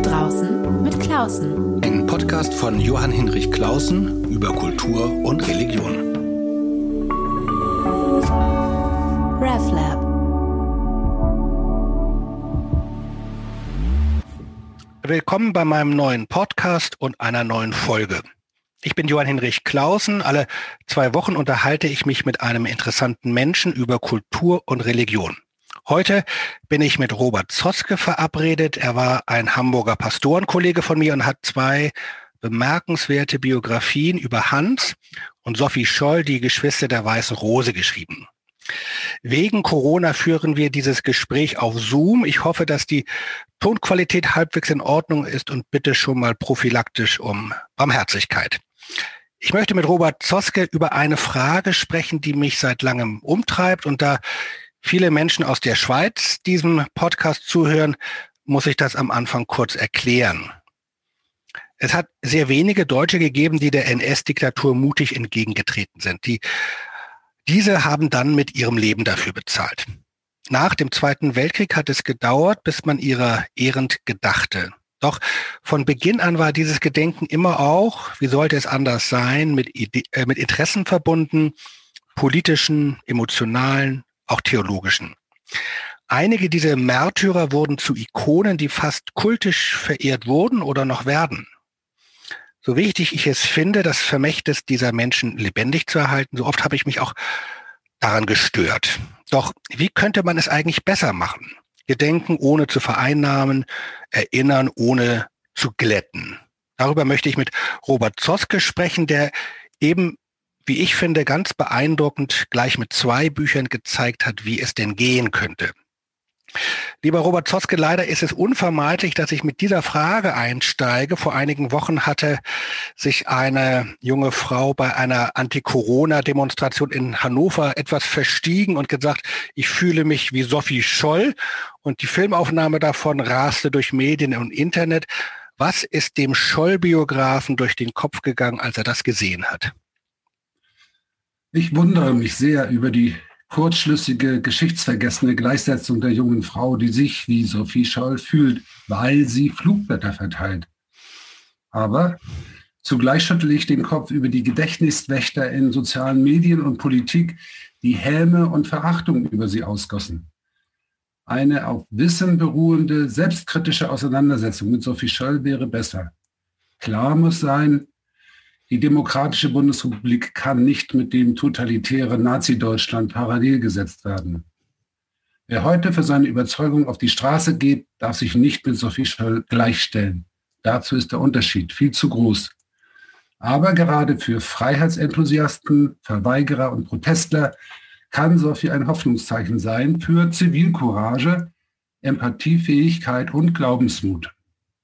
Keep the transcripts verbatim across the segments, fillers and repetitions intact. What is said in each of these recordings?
draußen mit Klausen. Ein Podcast von Johann Hinrich Clausen über Kultur und Religion. RefLab. Willkommen bei meinem neuen Podcast und einer neuen Folge. Ich bin Johann Hinrich Clausen. Alle zwei Wochen unterhalte ich mich mit einem interessanten Menschen über Kultur und Religion. Heute bin ich mit Robert Zoske verabredet. Er war ein Hamburger Pastorenkollege von mir und hat zwei bemerkenswerte Biografien über Hans und Sophie Scholl, die Geschwister der Weißen Rose, geschrieben. Wegen Corona führen wir dieses Gespräch auf Zoom. Ich hoffe, dass die Tonqualität halbwegs in Ordnung ist und bitte schon mal prophylaktisch um Barmherzigkeit. Ich möchte mit Robert Zoske über eine Frage sprechen, die mich seit langem umtreibt, und da viele Menschen aus der Schweiz diesem Podcast zuhören, muss ich das am Anfang kurz erklären. Es hat sehr wenige Deutsche gegeben, die der N S-Diktatur mutig entgegengetreten sind. Die, diese haben dann mit ihrem Leben dafür bezahlt. Nach dem Zweiten Weltkrieg hat es gedauert, bis man ihrer ehrend gedachte. Doch von Beginn an war dieses Gedenken immer auch, wie sollte es anders sein, mit, Ide- äh, mit Interessen verbunden, politischen, emotionalen, auch theologischen. Einige dieser Märtyrer wurden zu Ikonen, die fast kultisch verehrt wurden oder noch werden. So wichtig ich es finde, das Vermächtnis dieser Menschen lebendig zu erhalten, so oft habe ich mich auch daran gestört. Doch wie könnte man es eigentlich besser machen? Gedenken ohne zu vereinnahmen, erinnern ohne zu glätten. Darüber möchte ich mit Robert Zoske sprechen, der eben, wie ich finde, ganz beeindruckend gleich mit zwei Büchern gezeigt hat, wie es denn gehen könnte. Lieber Robert Zoske, leider ist es unvermeidlich, dass ich mit dieser Frage einsteige. Vor einigen Wochen hatte sich eine junge Frau bei einer Anti-Corona-Demonstration in Hannover etwas verstiegen und gesagt, ich fühle mich wie Sophie Scholl, und die Filmaufnahme davon raste durch Medien und Internet. Was ist dem Scholl-Biografen durch den Kopf gegangen, als er das gesehen hat? Ich wundere mich sehr über die kurzschlüssige, geschichtsvergessene Gleichsetzung der jungen Frau, die sich wie Sophie Scholl fühlt, weil sie Flugblätter verteilt. Aber zugleich schüttle ich den Kopf über die Gedächtniswächter in sozialen Medien und Politik, die Häme und Verachtung über sie ausgossen. Eine auf Wissen beruhende, selbstkritische Auseinandersetzung mit Sophie Scholl wäre besser. Klar muss sein, die demokratische Bundesrepublik kann nicht mit dem totalitären Nazi-Deutschland parallel gesetzt werden. Wer heute für seine Überzeugung auf die Straße geht, darf sich nicht mit Sophie Scholl gleichstellen. Dazu ist der Unterschied viel zu groß. Aber gerade für Freiheitsenthusiasten, Verweigerer und Protestler kann Sophie ein Hoffnungszeichen sein für Zivilcourage, Empathiefähigkeit und Glaubensmut.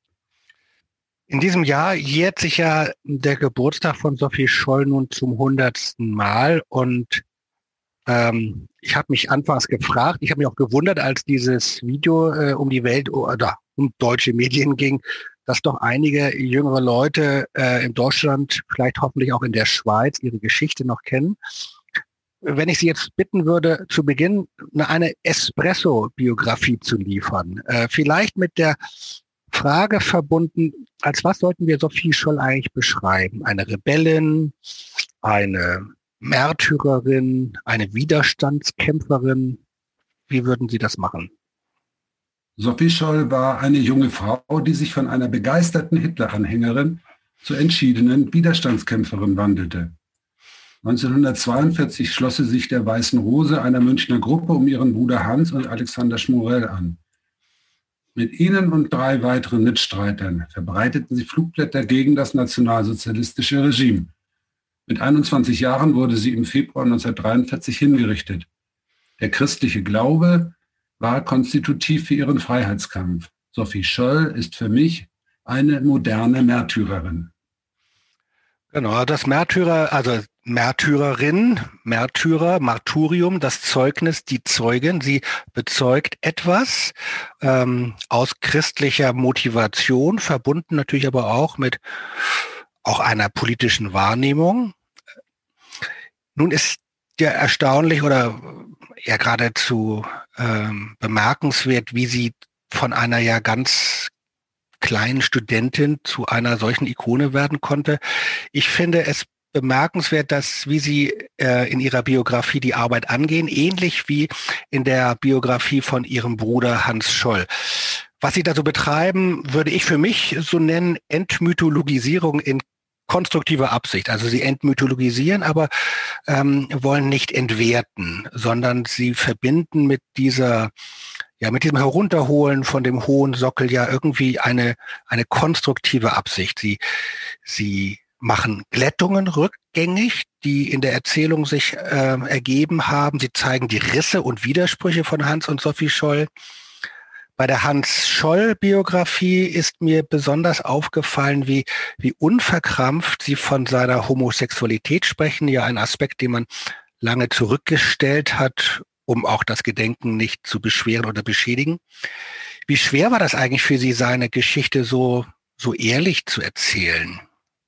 In diesem Jahr jährt sich ja der Geburtstag von Sophie Scholl nun zum hundertsten Mal, und ähm, ich habe mich anfangs gefragt, ich habe mich auch gewundert, als dieses Video äh, um die Welt oder um deutsche Medien ging, dass doch einige jüngere Leute äh, in Deutschland, vielleicht hoffentlich auch in der Schweiz, ihre Geschichte noch kennen. Wenn ich Sie jetzt bitten würde, zu Beginn eine Espresso-Biografie zu liefern, äh, vielleicht mit der Frage verbunden, als was sollten wir Sophie Scholl eigentlich beschreiben? Eine Rebellin, eine Märtyrerin, eine Widerstandskämpferin? Wie würden Sie das machen? Sophie Scholl war eine junge Frau, die sich von einer begeisterten Hitler-Anhängerin zur entschiedenen Widerstandskämpferin wandelte. neunzehnhundertzweiundvierzig schloss sie sich der Weißen Rose, einer Münchner Gruppe, um ihren Bruder Hans und Alexander Schmorell an. Mit ihnen und drei weiteren Mitstreitern verbreiteten sie Flugblätter gegen das nationalsozialistische Regime. Mit einundzwanzig Jahren wurde sie im Februar neunzehnhundertdreiundvierzig hingerichtet. Der christliche Glaube war konstitutiv für ihren Freiheitskampf. Sophie Scholl ist für mich eine moderne Märtyrerin. Genau, das Märtyrer, also Märtyrerin, Märtyrer, Martyrium, das Zeugnis, die Zeugin, sie bezeugt etwas ähm, aus christlicher Motivation, verbunden natürlich aber auch mit auch einer politischen Wahrnehmung. Nun ist ja erstaunlich oder ja geradezu ähm, bemerkenswert, wie sie von einer ja ganz kleinen Studentin zu einer solchen Ikone werden konnte. Ich finde es bemerkenswert, dass, wie Sie äh, in Ihrer Biografie die Arbeit angehen, ähnlich wie in der Biografie von Ihrem Bruder Hans Scholl. Was Sie da so betreiben, würde ich für mich so nennen, Entmythologisierung in konstruktiver Absicht. Also Sie entmythologisieren, aber ähm, wollen nicht entwerten, sondern Sie verbinden mit dieser, ja, mit diesem Herunterholen von dem hohen Sockel ja irgendwie eine eine konstruktive Absicht. Sie Sie machen Glättungen rückgängig, die in der Erzählung sich äh, ergeben haben. Sie zeigen die Risse und Widersprüche von Hans und Sophie Scholl. Bei der Hans-Scholl-Biografie ist mir besonders aufgefallen, wie, wie unverkrampft Sie von seiner Homosexualität sprechen. Ja, ein Aspekt, den man lange zurückgestellt hat, um auch das Gedenken nicht zu beschweren oder beschädigen. Wie schwer war das eigentlich für Sie, seine Geschichte so, so ehrlich zu erzählen?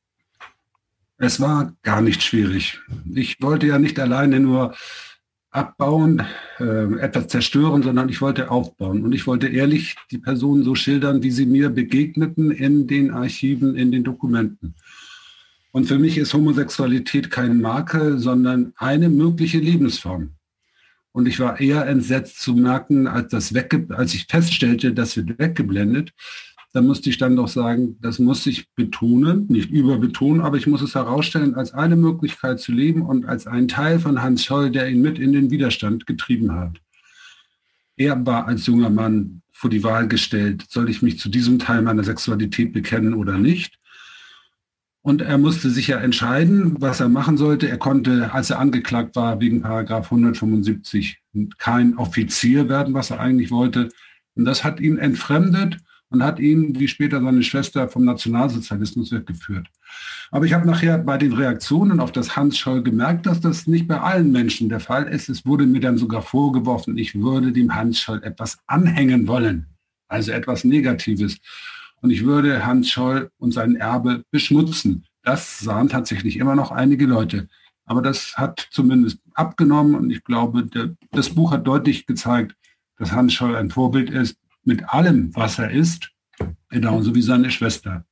Es war gar nicht schwierig. Ich wollte ja nicht alleine nur abbauen, äh, etwas zerstören, sondern ich wollte aufbauen. Und ich wollte ehrlich die Personen so schildern, wie sie mir begegneten in den Archiven, in den Dokumenten. Und für mich ist Homosexualität keine Marke, sondern eine mögliche Lebensform. Und ich war eher entsetzt zu merken, als, das wegge- als ich feststellte, das wird weggeblendet. Da musste ich dann doch sagen, das muss ich betonen, nicht überbetonen, aber ich muss es herausstellen, als eine Möglichkeit zu leben und als ein Teil von Hans Scholl, der ihn mit in den Widerstand getrieben hat. Er war als junger Mann vor die Wahl gestellt, soll ich mich zu diesem Teil meiner Sexualität bekennen oder nicht? Und er musste sich ja entscheiden, was er machen sollte. Er konnte, als er angeklagt war, wegen Paragraph hundertfünfundsiebzig kein Offizier werden, was er eigentlich wollte. Und das hat ihn entfremdet und hat ihn, wie später seine Schwester, vom Nationalsozialismus weggeführt. Aber ich habe nachher bei den Reaktionen auf das Hans Scholl gemerkt, dass das nicht bei allen Menschen der Fall ist. Es wurde mir dann sogar vorgeworfen, ich würde dem Hans Scholl etwas anhängen wollen, also etwas Negatives. Und ich würde Hans Scholl und sein Erbe beschmutzen. Das sahen tatsächlich immer noch einige Leute. Aber das hat zumindest abgenommen und ich glaube, der, das Buch hat deutlich gezeigt, dass Hans Scholl ein Vorbild ist, mit allem, was er ist, genauso wie seine Schwester.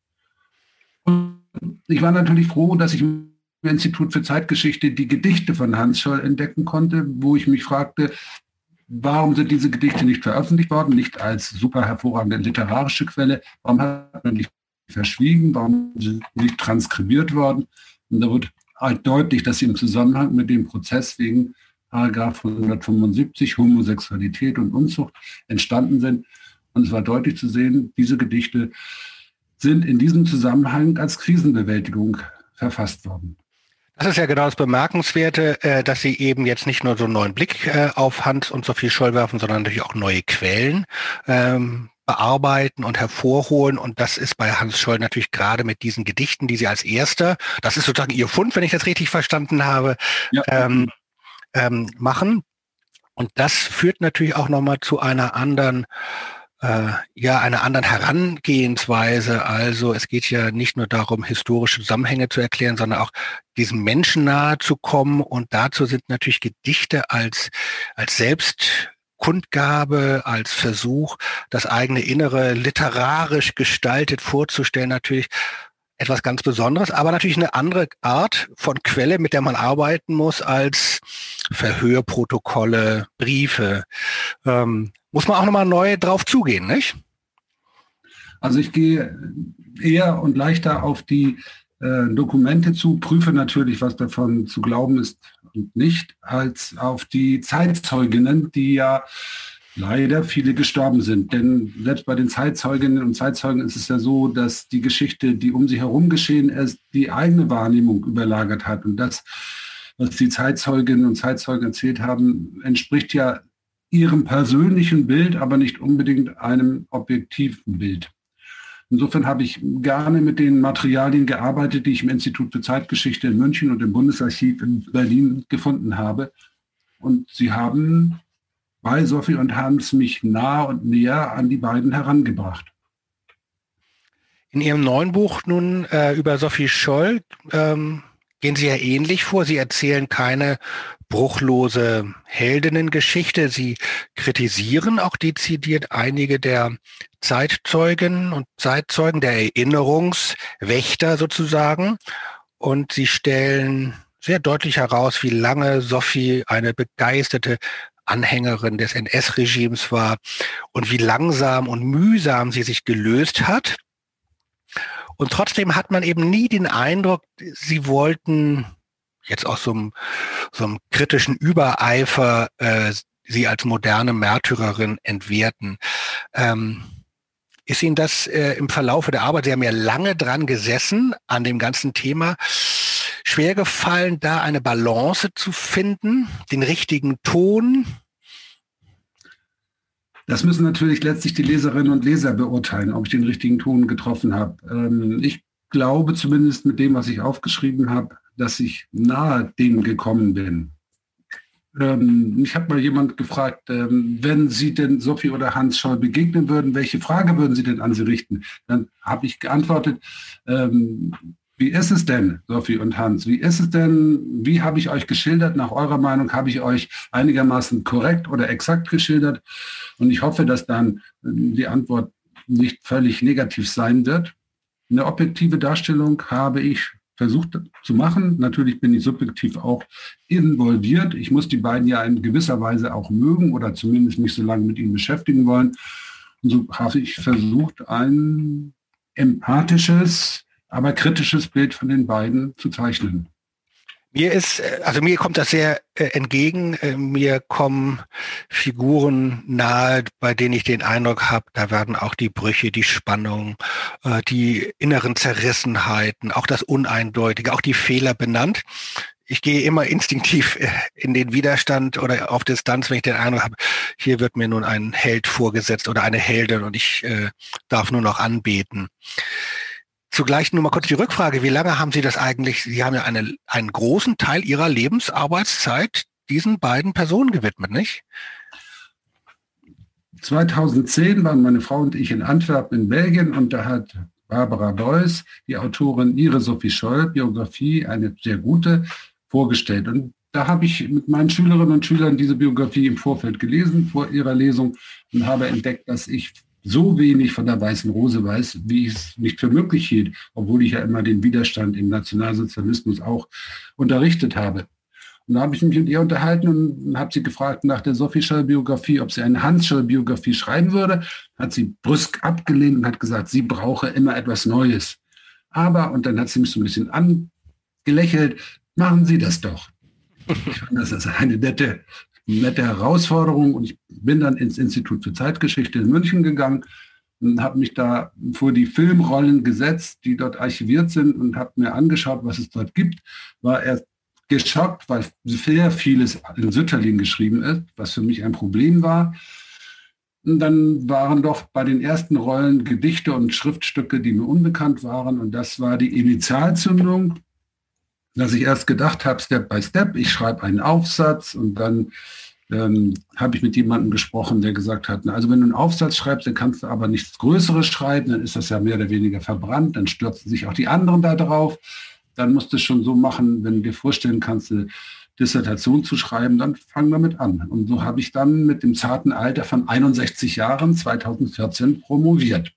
Und ich war natürlich froh, dass ich im Institut für Zeitgeschichte die Gedichte von Hans Scholl entdecken konnte, wo ich mich fragte, warum sind diese Gedichte nicht veröffentlicht worden, nicht als super hervorragende literarische Quelle, warum hat man nicht verschwiegen, warum sind sie nicht transkribiert worden? Und da wird halt deutlich, dass sie im Zusammenhang mit dem Prozess wegen Paragraph hundertfünfundsiebzig, Homosexualität und Unzucht entstanden sind. Und es war deutlich zu sehen, diese Gedichte sind in diesem Zusammenhang als Krisenbewältigung verfasst worden. Das ist ja genau das Bemerkenswerte, äh, dass Sie eben jetzt nicht nur so einen neuen Blick äh, auf Hans und Sophie Scholl werfen, sondern natürlich auch neue Quellen ähm, bearbeiten und hervorholen. Und das ist bei Hans Scholl natürlich gerade mit diesen Gedichten, die Sie als erster, das ist sozusagen Ihr Fund, wenn ich das richtig verstanden habe, ja. ähm, ähm, machen. Und das führt natürlich auch nochmal zu einer anderen Äh, ja, einer anderen Herangehensweise. Also es geht ja nicht nur darum, historische Zusammenhänge zu erklären, sondern auch diesem Menschen nahe zu kommen. Und dazu sind natürlich Gedichte als, als Selbstkundgabe, als Versuch, das eigene Innere literarisch gestaltet vorzustellen, natürlich etwas ganz Besonderes, aber natürlich eine andere Art von Quelle, mit der man arbeiten muss, als Verhörprotokolle, Briefe. Ähm, muss man auch nochmal neu drauf zugehen, nicht? Also ich gehe eher und leichter auf die äh, Dokumente zu, prüfe natürlich, was davon zu glauben ist und nicht, als auf die Zeitzeuginnen, die ja leider viele gestorben sind. Denn selbst bei den Zeitzeuginnen und Zeitzeugen ist es ja so, dass die Geschichte, die um sie herum geschehen ist, die eigene Wahrnehmung überlagert hat. Und das, was die Zeitzeuginnen und Zeitzeugen erzählt haben, entspricht ja ihrem persönlichen Bild, aber nicht unbedingt einem objektiven Bild. Insofern habe ich gerne mit den Materialien gearbeitet, die ich im Institut für Zeitgeschichte in München und im Bundesarchiv in Berlin gefunden habe. Und sie haben bei Sophie und Hans mich nah und näher an die beiden herangebracht. In Ihrem neuen Buch nun äh, über Sophie Scholl ähm, gehen Sie ja ähnlich vor. Sie erzählen keine bruchlose Heldinnengeschichte. Sie kritisieren auch dezidiert einige der Zeitzeugen und Zeitzeugen, der Erinnerungswächter sozusagen. Und sie stellen sehr deutlich heraus, wie lange Sophie eine begeisterte Anhängerin des N S-Regimes war und wie langsam und mühsam sie sich gelöst hat. Und trotzdem hat man eben nie den Eindruck, sie wollten jetzt aus so einem, so einem kritischen Übereifer äh, sie als moderne Märtyrerin entwerten. Ähm, ist Ihnen das äh, im Verlaufe der Arbeit, Sie haben ja lange dran gesessen, an dem ganzen Thema, schwer gefallen, da eine Balance zu finden, den richtigen Ton? Das müssen natürlich letztlich die Leserinnen und Leser beurteilen, ob ich den richtigen Ton getroffen habe. Ähm, ich glaube zumindest mit dem, was ich aufgeschrieben habe, dass ich nahe dem gekommen bin. Ähm, mich hat mal jemand gefragt, ähm, wenn Sie denn Sophie oder Hans Scholl begegnen würden, welche Frage würden Sie denn an sie richten? Dann habe ich geantwortet, ähm, wie ist es denn, Sophie und Hans? Wie ist es denn, wie habe ich euch geschildert? Nach eurer Meinung habe ich euch einigermaßen korrekt oder exakt geschildert? Und ich hoffe, dass dann die Antwort nicht völlig negativ sein wird. Eine objektive Darstellung habe ich versucht zu machen. Natürlich bin ich subjektiv auch involviert. Ich muss die beiden ja in gewisser Weise auch mögen oder zumindest mich so lange mit ihnen beschäftigen wollen. Und so habe ich versucht, ein empathisches, aber kritisches Bild von den beiden zu zeichnen. Mir ist, also mir kommt das sehr äh, entgegen. Äh, mir kommen Figuren nahe, bei denen ich den Eindruck habe, da werden auch die Brüche, die Spannung, äh, die inneren Zerrissenheiten, auch das Uneindeutige, auch die Fehler benannt. Ich gehe immer instinktiv äh, in den Widerstand oder auf Distanz, wenn ich den Eindruck habe, hier wird mir nun ein Held vorgesetzt oder eine Heldin und ich äh, darf nur noch anbeten. Zugleich nur mal kurz die Rückfrage, wie lange haben Sie das eigentlich, Sie haben ja eine, einen großen Teil Ihrer Lebensarbeitszeit diesen beiden Personen gewidmet, nicht? zweitausendzehn waren meine Frau und ich in Antwerpen in Belgien und da hat Barbara Beuys, die Autorin, ihre Sophie Scholl Biografie, eine sehr gute, vorgestellt. Und da habe ich mit meinen Schülerinnen und Schülern diese Biografie im Vorfeld gelesen, vor ihrer Lesung, und habe entdeckt, dass ich so wenig von der Weißen Rose weiß, wie ich es nicht für möglich hielt, obwohl ich ja immer den Widerstand im Nationalsozialismus auch unterrichtet habe. Und da habe ich mich mit ihr unterhalten und habe sie gefragt nach der Sophie Scholl-Biografie, ob sie eine Hans Scholl-Biografie schreiben würde. Hat sie brüsk abgelehnt und hat gesagt, sie brauche immer etwas Neues. Aber, und dann hat sie mich so ein bisschen angelächelt, machen Sie das doch. Ich fand, das ist eine nette nette Herausforderung und ich bin dann ins Institut für Zeitgeschichte in München gegangen und habe mich da vor die Filmrollen gesetzt, die dort archiviert sind, und habe mir angeschaut, was es dort gibt. War erst geschockt, weil sehr vieles in Sütterlin geschrieben ist, was für mich ein Problem war. Und dann waren doch bei den ersten Rollen Gedichte und Schriftstücke, die mir unbekannt waren, und das war die Initialzündung, dass ich erst gedacht habe, Step by Step, ich schreibe einen Aufsatz, und dann ähm, habe ich mit jemandem gesprochen, der gesagt hat, na, also wenn du einen Aufsatz schreibst, dann kannst du aber nichts Größeres schreiben, dann ist das ja mehr oder weniger verbrannt, dann stürzen sich auch die anderen da drauf, dann musst du es schon so machen, wenn du dir vorstellen kannst, eine Dissertation zu schreiben, dann fang damit an. Und so habe ich dann mit dem zarten Alter von einundsechzig Jahren zweitausendvierzehn promoviert.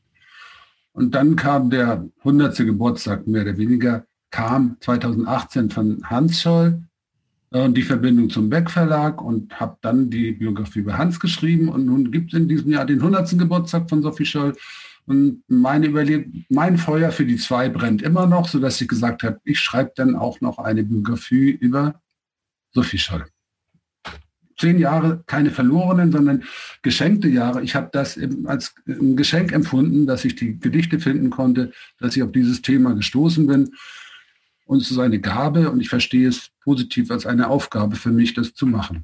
Und dann kam der hundertste Geburtstag, mehr oder weniger, kam zweitausendachtzehn von Hans Scholl und die Verbindung zum Beck Verlag, und habe dann die Biografie über Hans geschrieben, und nun gibt es in diesem Jahr den hundertsten Geburtstag von Sophie Scholl, und meine Überleb mein Feuer für die zwei brennt immer noch, sodass ich gesagt habe, ich schreibe dann auch noch eine Biografie über Sophie Scholl. Zehn Jahre, keine verlorenen, sondern geschenkte Jahre. Ich habe das als ein Geschenk empfunden, dass ich die Gedichte finden konnte, dass ich auf dieses Thema gestoßen bin. Und es ist eine Gabe, und ich verstehe es positiv als eine Aufgabe für mich, das zu machen.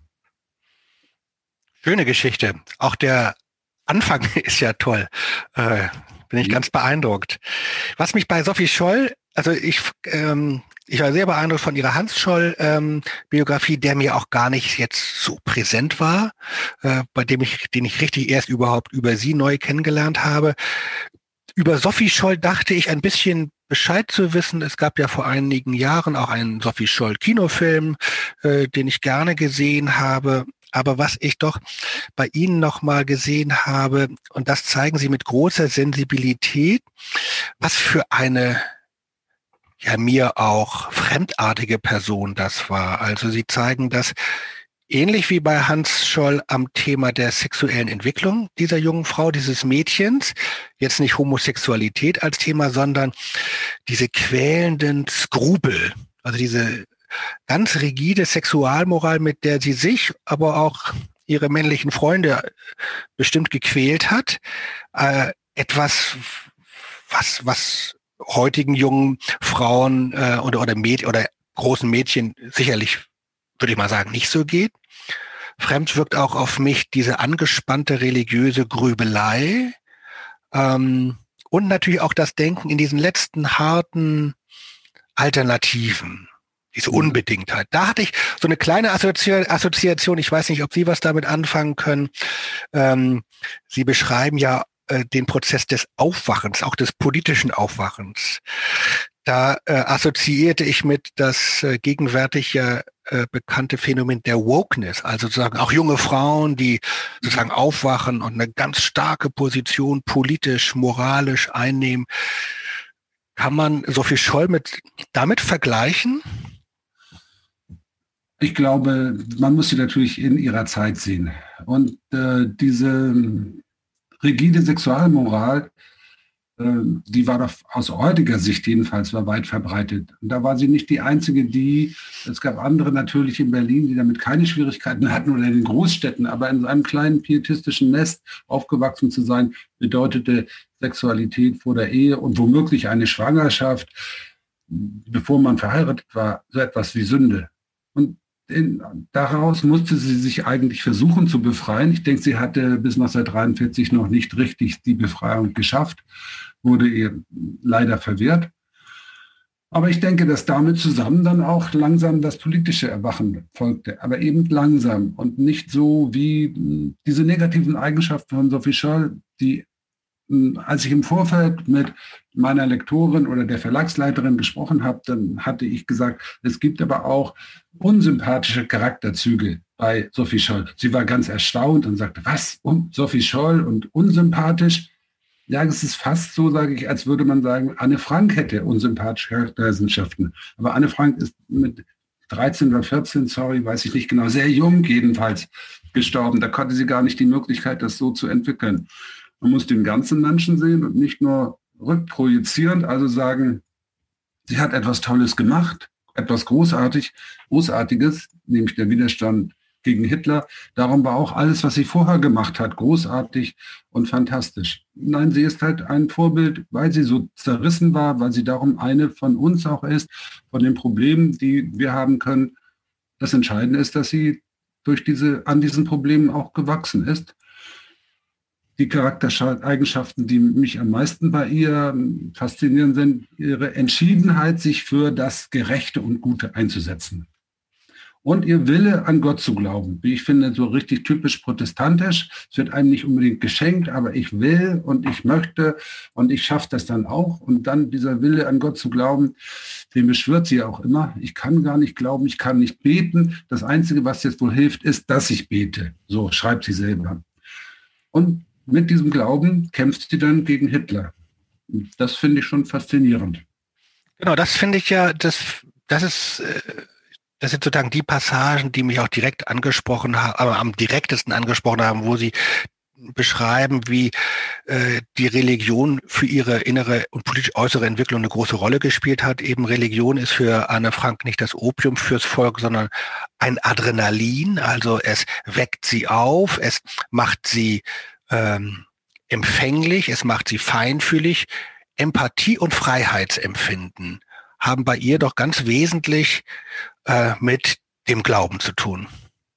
Schöne Geschichte. Auch der Anfang ist ja toll. Äh, bin ich ja. ganz beeindruckt. Was mich bei Sophie Scholl, also ich, ähm, ich war sehr beeindruckt von ihrer Hans Scholl-Biografie, ähm, der mir auch gar nicht jetzt so präsent war, äh, bei dem ich, den ich richtig erst überhaupt über sie neu kennengelernt habe. Über Sophie Scholl dachte ich ein bisschen Bescheid zu wissen. Es gab ja vor einigen Jahren auch einen Sophie Scholl-Kinofilm, äh, den ich gerne gesehen habe. Aber was ich doch bei Ihnen nochmal gesehen habe, und das zeigen Sie mit großer Sensibilität, was für eine, ja mir auch fremdartige Person das war. Also Sie zeigen das ähnlich wie bei Hans Scholl am Thema der sexuellen Entwicklung dieser jungen Frau, dieses Mädchens, jetzt nicht Homosexualität als Thema, sondern diese quälenden Skrupel, also diese ganz rigide Sexualmoral, mit der sie sich, aber auch ihre männlichen Freunde bestimmt gequält hat. Äh, etwas, was, was heutigen jungen Frauen äh, oder, oder, Mäd oder großen Mädchen sicherlich, würde ich mal sagen, nicht so geht. Fremd wirkt auch auf mich diese angespannte religiöse Grübelei ähm, und natürlich auch das Denken in diesen letzten harten Alternativen. Diese Unbedingtheit. Da hatte ich so eine kleine Assozi- Assoziation, ich weiß nicht, ob Sie was damit anfangen können. Ähm, Sie beschreiben ja äh, den Prozess des Aufwachens, auch des politischen Aufwachens. Da äh, assoziierte ich mit das äh, gegenwärtig ja äh, bekannte Phänomen der Wokeness, also sozusagen auch junge Frauen, die sozusagen aufwachen und eine ganz starke Position politisch, moralisch einnehmen. Kann man Sophie Scholl mit damit vergleichen? Ich glaube, man muss sie natürlich in ihrer Zeit sehen. Und äh, diese rigide Sexualmoral, äh, die war doch aus heutiger Sicht jedenfalls war weit verbreitet. Und da war sie nicht die Einzige, die, es gab andere natürlich in Berlin, die damit keine Schwierigkeiten hatten oder in den Großstädten, aber in einem kleinen pietistischen Nest aufgewachsen zu sein, bedeutete Sexualität vor der Ehe und womöglich eine Schwangerschaft, bevor man verheiratet war, so etwas wie Sünde. Und In, daraus musste sie sich eigentlich versuchen zu befreien. Ich denke, sie hatte bis neunzehnhundertdreiundvierzig noch nicht richtig die Befreiung geschafft, wurde ihr leider verwehrt. Aber ich denke, dass damit zusammen dann auch langsam das politische Erwachen folgte, aber eben langsam und nicht so wie diese negativen Eigenschaften von Sophie Scholl, die, als ich im Vorfeld mit meiner Lektorin oder der Verlagsleiterin gesprochen habe, dann hatte ich gesagt, es gibt aber auch unsympathische Charakterzüge bei Sophie Scholl. Sie war ganz erstaunt und sagte, was, um Sophie Scholl und unsympathisch? Ja, es ist fast so, sage ich, als würde man sagen, Anne Frank hätte unsympathische Charaktereigenschaften. Aber Anne Frank ist mit dreizehn oder vierzehn, sorry, weiß ich nicht genau, sehr jung jedenfalls gestorben. Da konnte sie gar nicht die Möglichkeit, das so zu entwickeln. Man muss den ganzen Menschen sehen und nicht nur rückprojizierend, also sagen, sie hat etwas Tolles gemacht, etwas großartig, Großartiges, nämlich der Widerstand gegen Hitler. Darum war auch alles, was sie vorher gemacht hat, großartig und fantastisch. Nein, sie ist halt ein Vorbild, weil sie so zerrissen war, weil sie darum eine von uns auch ist, von den Problemen, die wir haben können. Das Entscheidende ist, dass sie durch diese, an diesen Problemen auch gewachsen ist. Die Charaktereigenschaften, die mich am meisten bei ihr faszinieren, sind ihre Entschiedenheit, sich für das Gerechte und Gute einzusetzen. Und ihr Wille, an Gott zu glauben. Wie ich finde, so richtig typisch protestantisch. Es wird einem nicht unbedingt geschenkt, aber ich will und ich möchte und ich schaffe das dann auch. Und dann dieser Wille, an Gott zu glauben, den beschwört sie auch immer. Ich kann gar nicht glauben, ich kann nicht beten. Das Einzige, was jetzt wohl hilft, ist, dass ich bete. So schreibt sie selber. Und mit diesem Glauben kämpft sie dann gegen Hitler. Das finde ich schon faszinierend. Genau, das finde ich ja, das, das ist, das sind sozusagen die Passagen, die mich auch direkt angesprochen haben, aber am direktesten angesprochen haben, wo sie beschreiben, wie äh, die Religion für ihre innere und politisch äußere Entwicklung eine große Rolle gespielt hat. Eben Religion ist für Anne Frank nicht das Opium fürs Volk, sondern ein Adrenalin. Also es weckt sie auf, es macht sie Ähm, empfänglich, es macht sie feinfühlig. Empathie und Freiheitsempfinden haben bei ihr doch ganz wesentlich äh, mit dem Glauben zu tun.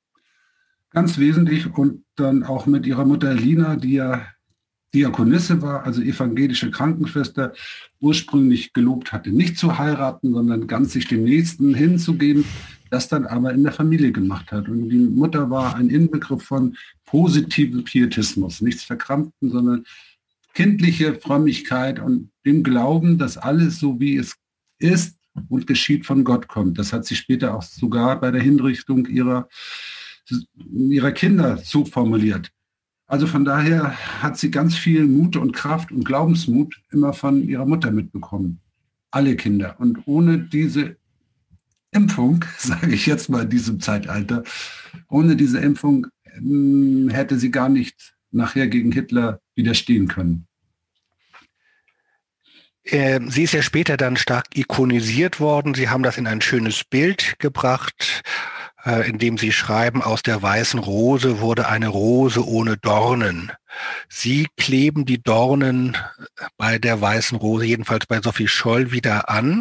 Ganz wesentlich und dann auch mit ihrer Mutter Lina, die ja Diakonisse war, also evangelische Krankenschwester, ursprünglich gelobt hatte, nicht zu heiraten, sondern ganz sich dem Nächsten hinzugeben, das dann aber in der Familie gemacht hat. Und die Mutter war ein Inbegriff von positivem Pietismus, nichts Verkrampften, sondern kindliche Frömmigkeit und dem Glauben, dass alles so wie es ist und geschieht von Gott kommt. Das hat sie später auch sogar bei der Hinrichtung ihrer, ihrer Kinder so formuliert. Also von daher hat sie ganz viel Mut und Kraft und Glaubensmut immer von ihrer Mutter mitbekommen. Alle Kinder. Und ohne diese Impfung, sage ich jetzt mal in diesem Zeitalter, ohne diese Impfung äh, hätte sie gar nicht nachher gegen Hitler widerstehen können. Sie ist ja später dann stark ikonisiert worden. Sie haben das in ein schönes Bild gebracht, in dem Sie schreiben, aus der weißen Rose wurde eine Rose ohne Dornen. Sie kleben die Dornen bei der weißen Rose, jedenfalls bei Sophie Scholl, wieder an.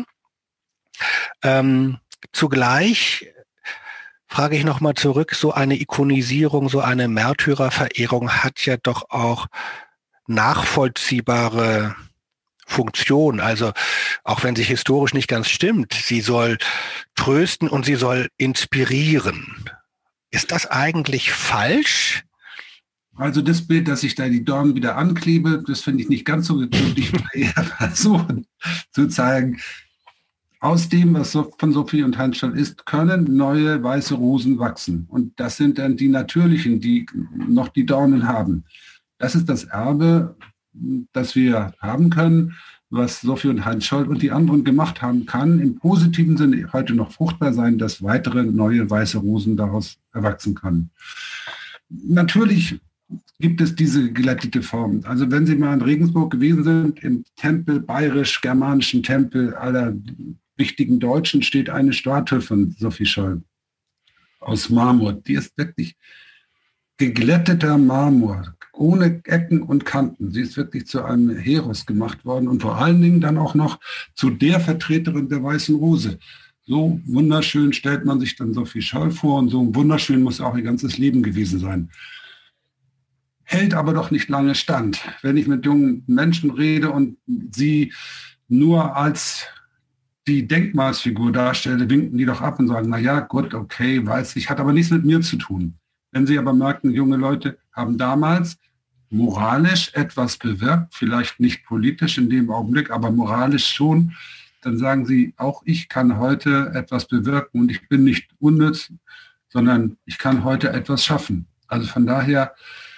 Ähm, zugleich frage ich nochmal zurück, so eine Ikonisierung, so eine Märtyrerverehrung hat ja doch auch nachvollziehbare Funktion, also auch wenn sie historisch nicht ganz stimmt, sie soll trösten und sie soll inspirieren. Ist das eigentlich falsch? Also das Bild, dass ich da die Dornen wieder anklebe, das finde ich nicht ganz so wirklich. Ich eher versuchen zu zeigen, aus dem, was von Sophie und Hans Scholl ist, können neue weiße Rosen wachsen. Und das sind dann die natürlichen, die noch die Dornen haben. Das ist das Erbe, das wir haben können, was Sophie und Hans Scholl und die anderen gemacht haben, kann im positiven Sinne heute noch fruchtbar sein, dass weitere neue weiße Rosen daraus erwachsen können. Natürlich gibt es diese geglättete Form. Also wenn Sie mal in Regensburg gewesen sind, im Tempel, bayerisch-germanischen Tempel aller wichtigen Deutschen, steht eine Statue von Sophie Scholl aus Marmor. Die ist wirklich geglätteter Marmor, ohne Ecken und Kanten. Sie ist wirklich zu einem Heros gemacht worden und vor allen Dingen dann auch noch zu der Vertreterin der Weißen Rose. So wunderschön stellt man sich dann Sophie Scholl vor und so wunderschön muss auch ihr ganzes Leben gewesen sein. Hält aber doch nicht lange stand. Wenn ich mit jungen Menschen rede und sie nur als die Denkmalsfigur darstelle, winken die doch ab und sagen, na ja, gut, okay, weiß ich, hat aber nichts mit mir zu tun. Wenn Sie aber merken, junge Leute haben damals moralisch etwas bewirkt, vielleicht nicht politisch in dem Augenblick, aber moralisch schon, dann sagen Sie, auch ich kann heute etwas bewirken und ich bin nicht unnütz, sondern ich kann heute etwas schaffen. Also von daher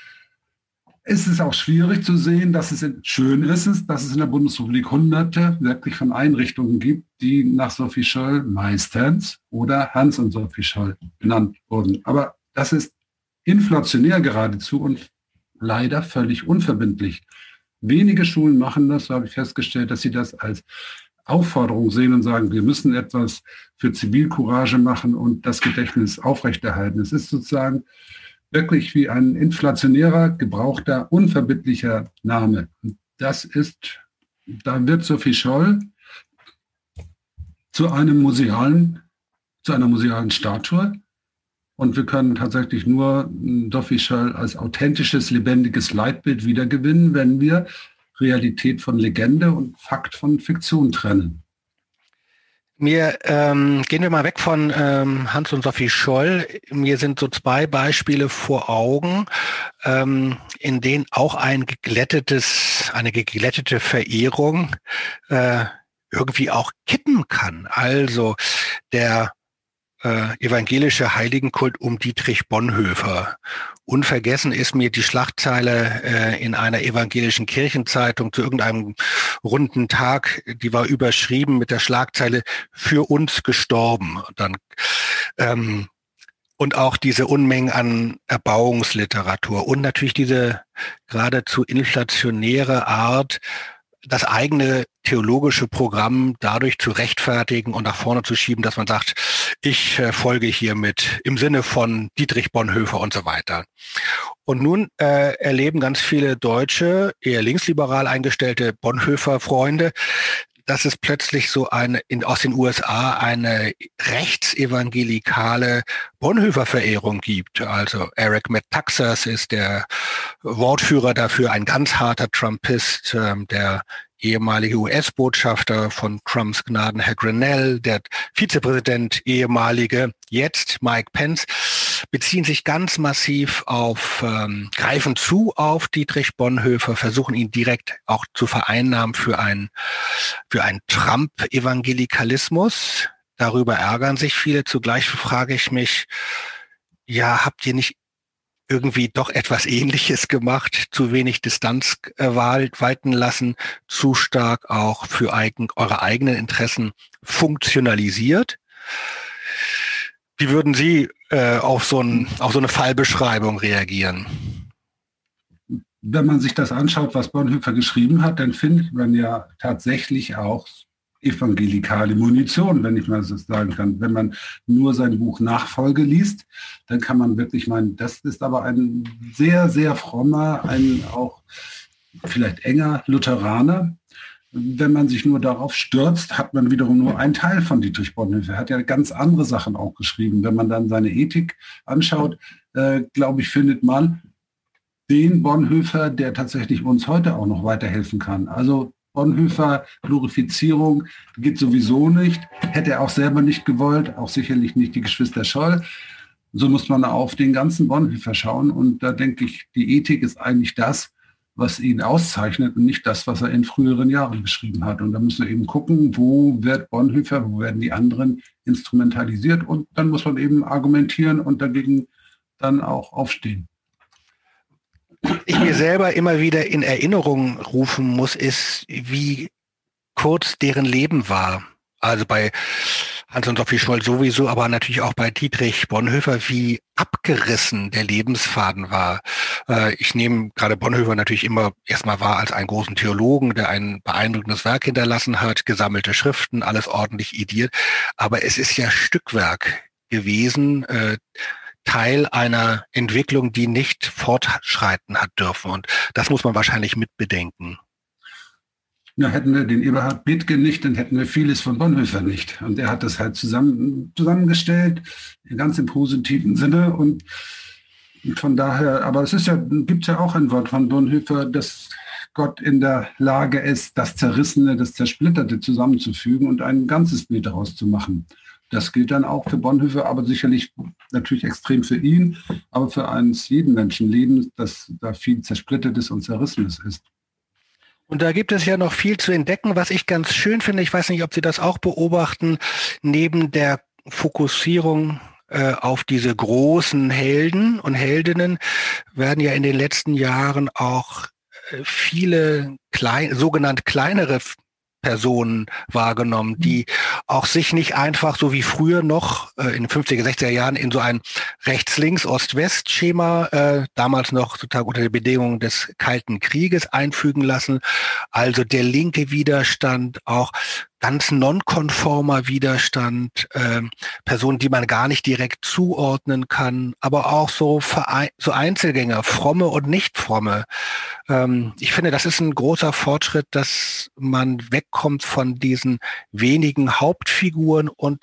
ist es auch schwierig zu sehen, dass es schön ist, dass es in der Bundesrepublik Hunderte wirklich von Einrichtungen gibt, die nach Sophie Scholl meistens oder Hans und Sophie Scholl benannt wurden. Aber das ist inflationär geradezu und leider völlig unverbindlich. Wenige Schulen machen das, so habe ich festgestellt, dass sie das als Aufforderung sehen und sagen, wir müssen etwas für Zivilcourage machen und das Gedächtnis aufrechterhalten. Es ist sozusagen wirklich wie ein inflationärer, gebrauchter, unverbindlicher Name. Und das ist, da wird Sophie Scholl zu einem musealen, zu einer musealen Statue. Und wir können tatsächlich nur Sophie Scholl als authentisches, lebendiges Leitbild wiedergewinnen, wenn wir Realität von Legende und Fakt von Fiktion trennen. Mir ähm, gehen wir mal weg von ähm, Hans und Sophie Scholl. Mir sind so zwei Beispiele vor Augen, ähm, in denen auch ein geglättetes, eine geglättete Verehrung äh, irgendwie auch kippen kann. Also der Äh, evangelische Heiligenkult um Dietrich Bonhoeffer. Unvergessen ist mir die Schlagzeile äh, in einer evangelischen Kirchenzeitung zu irgendeinem runden Tag, die war überschrieben mit der Schlagzeile "Für uns gestorben". Und dann ähm, und auch diese Unmengen an Erbauungsliteratur und natürlich diese geradezu inflationäre Art, das eigene theologische Programm dadurch zu rechtfertigen und nach vorne zu schieben, dass man sagt, ich äh, folge hiermit im Sinne von Dietrich Bonhoeffer und so weiter. Und nun äh, erleben ganz viele deutsche, eher linksliberal eingestellte Bonhoeffer-Freunde, dass es plötzlich so eine in, aus den U S A eine rechtsevangelikale Bonhoeffer-Verehrung gibt. Also Eric Metaxas ist der Wortführer dafür, ein ganz harter Trumpist, ähm, der ehemalige U S-Botschafter von Trumps Gnaden, Herr Grenell, der Vizepräsident, ehemalige, jetzt Mike Pence, beziehen sich ganz massiv auf, ähm, greifen zu auf Dietrich Bonhoeffer, versuchen ihn direkt auch zu vereinnahmen für einen, für einen Trump-Evangelikalismus. Darüber ärgern sich viele. Zugleich frage ich mich, ja, habt ihr nicht irgendwie doch etwas Ähnliches gemacht, zu wenig Distanz äh, walten lassen, zu stark auch für eigen, eure eigenen Interessen funktionalisiert? Wie würden Sie äh, auf so ein, auf so eine Fallbeschreibung reagieren? Wenn man sich das anschaut, was Bonhoeffer geschrieben hat, dann findet man ja tatsächlich auch evangelikale Munition, wenn ich mal so sagen kann. Wenn man nur sein Buch Nachfolge liest, dann kann man wirklich meinen, das ist aber ein sehr, sehr frommer, ein auch vielleicht enger Lutheraner. Wenn man sich nur darauf stürzt, hat man wiederum nur einen Teil von Dietrich Bonhoeffer. Er hat ja ganz andere Sachen auch geschrieben. Wenn man dann seine Ethik anschaut, äh, glaube ich, findet man den Bonhoeffer, der tatsächlich uns heute auch noch weiterhelfen kann. Also Bonhoeffer, Glorifizierung geht sowieso nicht. Hätte er auch selber nicht gewollt, auch sicherlich nicht die Geschwister Scholl. So muss man auf den ganzen Bonhoeffer schauen. Und da denke ich, die Ethik ist eigentlich das, was ihn auszeichnet und nicht das, was er in früheren Jahren beschrieben hat. Und da müssen wir eben gucken, wo wird Bonhoeffer, wo werden die anderen instrumentalisiert. Und dann muss man eben argumentieren und dagegen dann auch aufstehen. Ich mir selber immer wieder in Erinnerung rufen muss, ist, wie kurz deren Leben war. Also bei Hans und Sophie Scholl sowieso, aber natürlich auch bei Dietrich Bonhoeffer, wie abgerissen der Lebensfaden war. Äh, ich nehme gerade Bonhoeffer natürlich immer erstmal wahr als einen großen Theologen, der ein beeindruckendes Werk hinterlassen hat, gesammelte Schriften, alles ordentlich ediert. Aber es ist ja Stückwerk gewesen, äh, Teil einer Entwicklung, die nicht fortschreiten hat dürfen. Und das muss man wahrscheinlich mitbedenken. Ja, hätten wir den Eberhard Bethge nicht, dann hätten wir vieles von Bonhoeffer nicht. Und er hat das halt zusammen, zusammengestellt, ganz im positiven Sinne. Und von daher, aber es ist ja, gibt es ja auch ein Wort von Bonhoeffer, dass Gott in der Lage ist, das Zerrissene, das Zersplitterte zusammenzufügen und ein ganzes Bild daraus zu machen. Das gilt dann auch für Bonhoeffer, aber sicherlich natürlich extrem für ihn, aber für eines jeden Menschenlebens, dass da viel Zersplittertes und Zerrissenes ist. Und da gibt es ja noch viel zu entdecken, was ich ganz schön finde. Ich weiß nicht, ob Sie das auch beobachten, neben der Fokussierung äh, auf diese großen Helden und Heldinnen werden ja in den letzten Jahren auch äh, viele klein, sogenannte kleinere Personen wahrgenommen, die auch sich nicht einfach so wie früher noch äh, in den fünfziger, sechziger Jahren in so ein Rechts-Links, Ost-West-Schema äh, damals noch sozusagen unter den Bedingungen des Kalten Krieges einfügen lassen. Also der linke Widerstand, auch ganz nonkonformer Widerstand, äh, Personen, die man gar nicht direkt zuordnen kann, aber auch so, Verein, so Einzelgänger, fromme und nicht fromme. Ähm, ich finde, das ist ein großer Fortschritt, dass man wegkommt von diesen wenigen Hauptfiguren und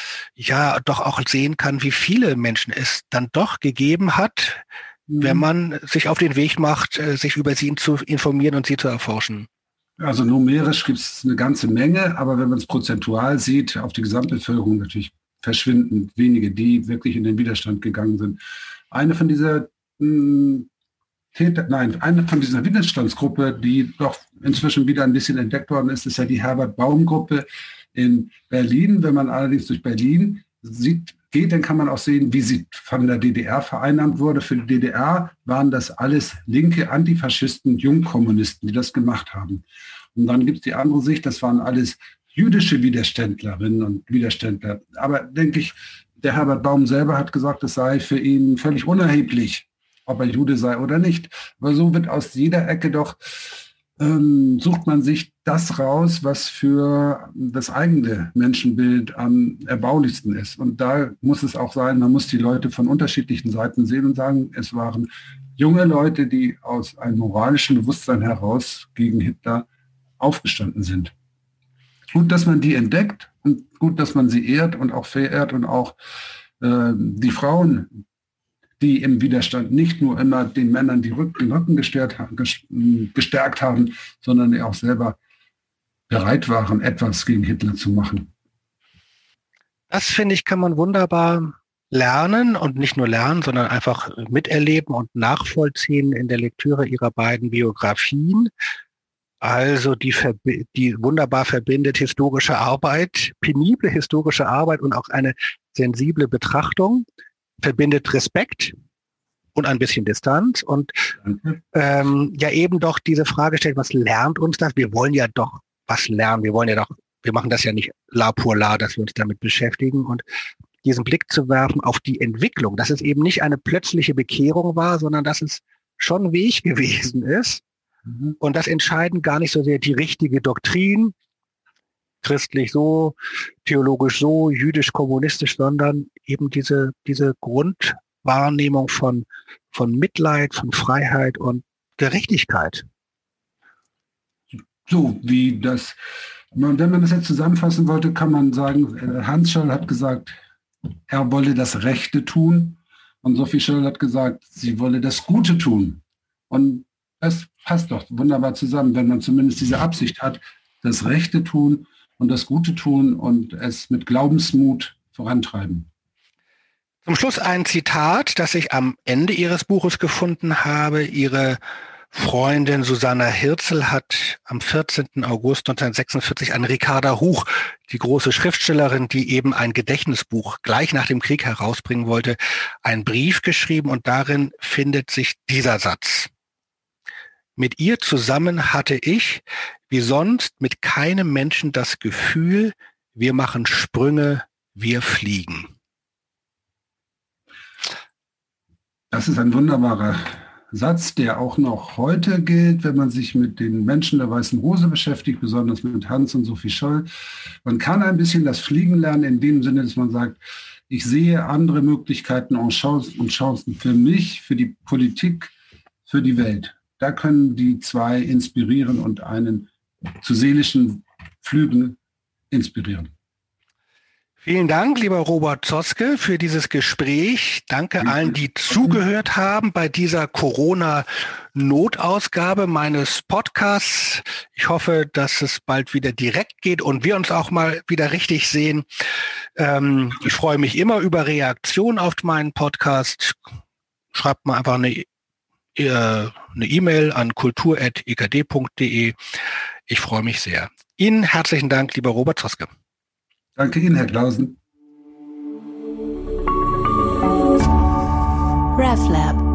ja doch auch sehen kann, wie viele Menschen es dann doch gegeben hat, mhm. wenn man sich auf den Weg macht, sich über sie zu informieren und sie zu erforschen. Also numerisch gibt es eine ganze Menge, aber wenn man es prozentual sieht, auf die Gesamtbevölkerung natürlich verschwindend wenige, die wirklich in den Widerstand gegangen sind. Eine von dieser mh, Täter, nein, eine von dieser Widerstandsgruppe, die doch inzwischen wieder ein bisschen entdeckt worden ist, ist ja die Herbert-Baum-Gruppe in Berlin. Wenn man allerdings durch Berlin sieht, geht, dann kann man auch sehen, wie sie von der D D R vereinnahmt wurde. Für die D D R waren das alles linke Antifaschisten, Jungkommunisten, die das gemacht haben. Und dann gibt es die andere Sicht, das waren alles jüdische Widerständlerinnen und Widerständler. Aber denke ich, der Herbert Baum selber hat gesagt, es sei für ihn völlig unerheblich, ob er Jude sei oder nicht. Aber so wird aus jeder Ecke doch, ähm, sucht man sich das raus, was für das eigene Menschenbild am erbaulichsten ist. Und da muss es auch sein, man muss die Leute von unterschiedlichen Seiten sehen und sagen, es waren junge Leute, die aus einem moralischen Bewusstsein heraus gegen Hitler aufgestanden sind. Gut, dass man die entdeckt und gut, dass man sie ehrt und auch verehrt und auch äh, die Frauen, die im Widerstand nicht nur immer den Männern die Rücken, den Rücken gestärkt, gestärkt haben, sondern die auch selber bereit waren, etwas gegen Hitler zu machen. Das, finde ich, kann man wunderbar lernen und nicht nur lernen, sondern einfach miterleben und nachvollziehen in der Lektüre ihrer beiden Biografien. Also die, die wunderbar verbindet historische Arbeit, penible historische Arbeit und auch eine sensible Betrachtung, verbindet Respekt und ein bisschen Distanz und ähm, ja eben doch diese Frage stellt, was lernt uns das? Wir wollen ja doch was lernen, wir wollen ja doch, wir machen das ja nicht la pour la, dass wir uns damit beschäftigen und diesen Blick zu werfen auf die Entwicklung, dass es eben nicht eine plötzliche Bekehrung war, sondern dass es schon ein Weg gewesen ist. Mhm. Und das entscheidend gar nicht so sehr die richtige Doktrin, christlich so, theologisch so, jüdisch-kommunistisch, sondern eben diese, diese Grundwahrnehmung von, von Mitleid, von Freiheit und Gerechtigkeit. So wie das, wenn man das jetzt zusammenfassen wollte, kann man sagen, Hans Scholl hat gesagt, er wolle das Rechte tun und Sophie Scholl hat gesagt, sie wolle das Gute tun. Und das passt doch wunderbar zusammen, wenn man zumindest diese Absicht hat, das Rechte tun und das Gute tun und es mit Glaubensmut vorantreiben. Zum Schluss ein Zitat, das ich am Ende Ihres Buches gefunden habe. Ihre Freundin Susanna Hirzel hat am vierzehnten August neunzehnhundertsechsundvierzig an Ricarda Huch, die große Schriftstellerin, die eben ein Gedächtnisbuch gleich nach dem Krieg herausbringen wollte, einen Brief geschrieben und darin findet sich dieser Satz. Mit ihr zusammen hatte ich, wie sonst, mit keinem Menschen das Gefühl, wir machen Sprünge, wir fliegen. Das ist ein wunderbarer Satz, der auch noch heute gilt, wenn man sich mit den Menschen der Weißen Hose beschäftigt, besonders mit Hans und Sophie Scholl. Man kann ein bisschen das Fliegen lernen, in dem Sinne, dass man sagt, ich sehe andere Möglichkeiten und Chancen für mich, für die Politik, für die Welt. Da können die zwei inspirieren und einen zu seelischen Flügen inspirieren. Vielen Dank, lieber Robert Zoske, für dieses Gespräch. Danke allen, die zugehört haben bei dieser Corona-Notausgabe meines Podcasts. Ich hoffe, dass es bald wieder direkt geht und wir uns auch mal wieder richtig sehen. Ähm, ich freue mich immer über Reaktionen auf meinen Podcast. Schreibt mal einfach eine eine E-Mail an kultur at e k d punkt d e. Ich freue mich sehr. Ihnen herzlichen Dank, lieber Robert Zoske. Danke Ihnen, Herr Clausen. RefLab